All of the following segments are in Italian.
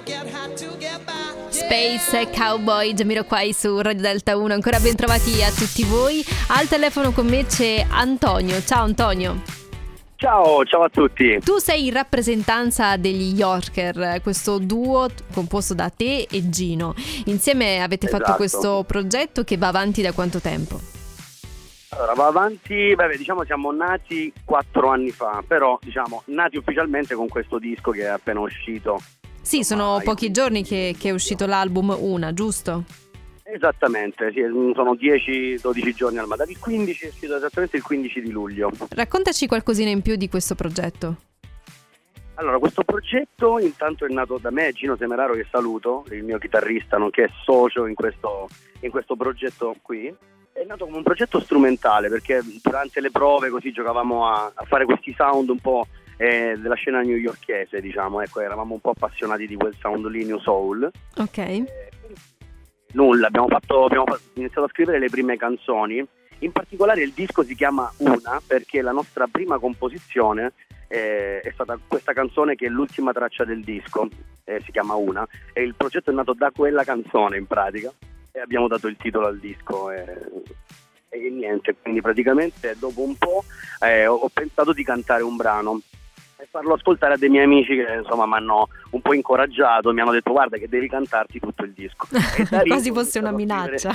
Space Cowboy, Jamiroquai su Radio Delta 1. Ancora ben trovati a tutti voi. Al telefono con me c'è Antonio. Ciao Antonio. Ciao a tutti. Tu sei in rappresentanza degli Yorker, questo duo composto da te e Gino. Insieme avete fatto questo progetto che va avanti da quanto tempo? Allora, va avanti, diciamo siamo nati 4 anni fa, però diciamo nati ufficialmente con questo disco che è appena uscito. Sì, sono pochi giorni che è uscito l'album Una, giusto? Esattamente, sì, sono 10-12 giorni al mattino. Il 15 è uscito esattamente il 15 di luglio. Raccontaci qualcosina in più di questo progetto. Allora, questo progetto intanto è nato da me, Gino Semeraro, che saluto, il mio chitarrista, nonché socio in questo progetto qui. È nato come un progetto strumentale, perché durante le prove così giocavamo a fare questi sound un po' della scena newyorkese, diciamo, ecco, eravamo un po' appassionati di quel sound lì, New Soul. Ok. Nulla, abbiamo iniziato a scrivere le prime canzoni. In particolare il disco si chiama Una perché la nostra prima composizione è stata questa canzone che è l'ultima traccia del disco, si chiama Una, e il progetto è nato da quella canzone in pratica e abbiamo dato il titolo al disco e niente, quindi praticamente dopo un po' ho pensato di cantare un brano e farlo ascoltare a dei miei amici che insomma mi hanno un po' incoraggiato, mi hanno detto guarda che devi cantarti tutto il disco. Quasi fosse una minaccia.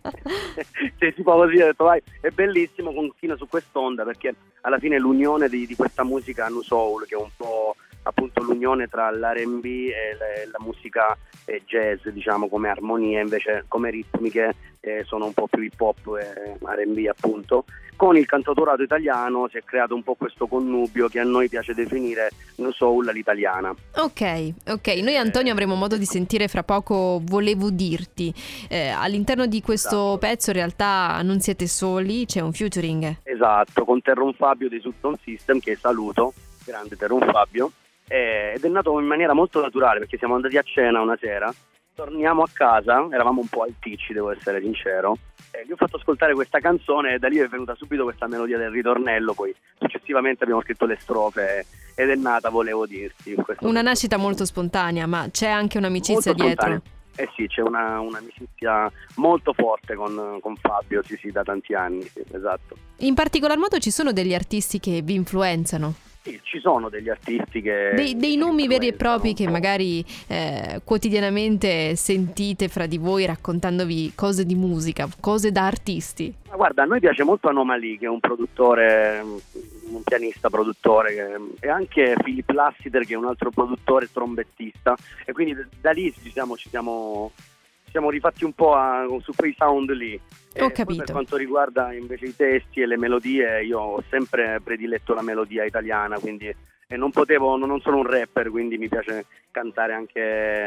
Se si può così, ho detto vai, è bellissimo, continua su quest'onda perché alla fine l'unione di questa musica New Soul, che è un po' appunto l'unione tra l'R&B e la musica jazz, diciamo, come armonie, invece come ritmiche sono un po' più hip hop e R&B appunto. Con il cantautorato italiano si è creato un po' questo connubio che a noi piace definire New Soul all'italiana. Ok, noi Antonio avremo modo di sentire fra poco Volevo dirti. All'interno di questo pezzo in realtà non siete soli, c'è un featuring. Esatto, con Terron Fabio dei Sutton System, che saluto, grande Terron Fabio, ed è nato in maniera molto naturale perché siamo andati a cena una sera, torniamo a casa, eravamo un po' alticci, devo essere sincero, e gli ho fatto ascoltare questa canzone e da lì è venuta subito questa melodia del ritornello, poi successivamente abbiamo scritto le strofe ed è nata Volevo dirti. Una nascita molto spontanea, ma c'è anche un'amicizia dietro. Eh sì, c'è un'amicizia molto forte con Fabio, sì, da tanti anni, sì, esatto. In particolar modo ci sono degli artisti che vi influenzano? Sì, ci sono degli artisti che... Dei nomi veri e propri che magari quotidianamente sentite fra di voi raccontandovi cose di musica, cose da artisti. Ma guarda, a noi piace molto Anomaly, che è un produttore, un pianista produttore, e anche Philip Lassiter, che è un altro produttore trombettista, e quindi da lì ci siamo rifatti un po' su quei sound lì. Ho capito. Per quanto riguarda invece i testi e le melodie, io ho sempre prediletto la melodia italiana, quindi non sono un rapper, quindi mi piace cantare anche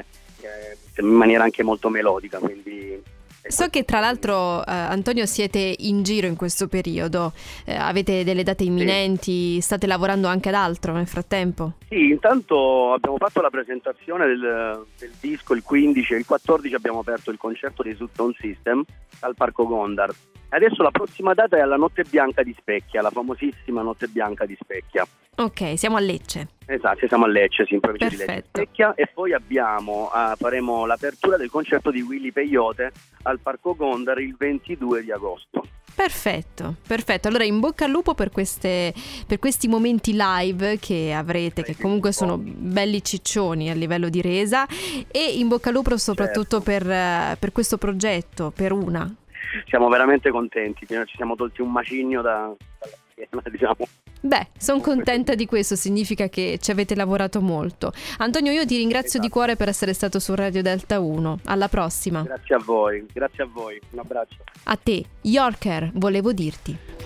in maniera anche molto melodica, quindi... So che tra l'altro Antonio siete in giro in questo periodo, avete delle date imminenti, sì. State lavorando anche ad altro nel frattempo? Sì, intanto abbiamo fatto la presentazione del disco il 15 e il 14 abbiamo aperto il concerto dei Sutton System al Parco Gondar. Adesso la prossima data è alla Notte Bianca di Specchia, la famosissima Notte Bianca di Specchia. Ok, siamo a Lecce. Esatto, siamo a Lecce, sì, in provincia di Lecce Specchia, e poi faremo l'apertura del concerto di Willy Peyote al Parco Gondar il 22 di agosto. Perfetto. Allora in bocca al lupo per questi momenti live che avrete, che comunque sono belli ciccioni a livello di resa, e in bocca al lupo soprattutto per questo progetto, per Una. Siamo veramente contenti, ci siamo tolti un macigno dalla schiena, diciamo. Beh, sono contenta di questo, significa che ci avete lavorato molto. Antonio, io ti ringrazio di cuore per essere stato su Radio Delta 1. Alla prossima. Grazie a voi, un abbraccio. A te, Yorker, Volevo dirti.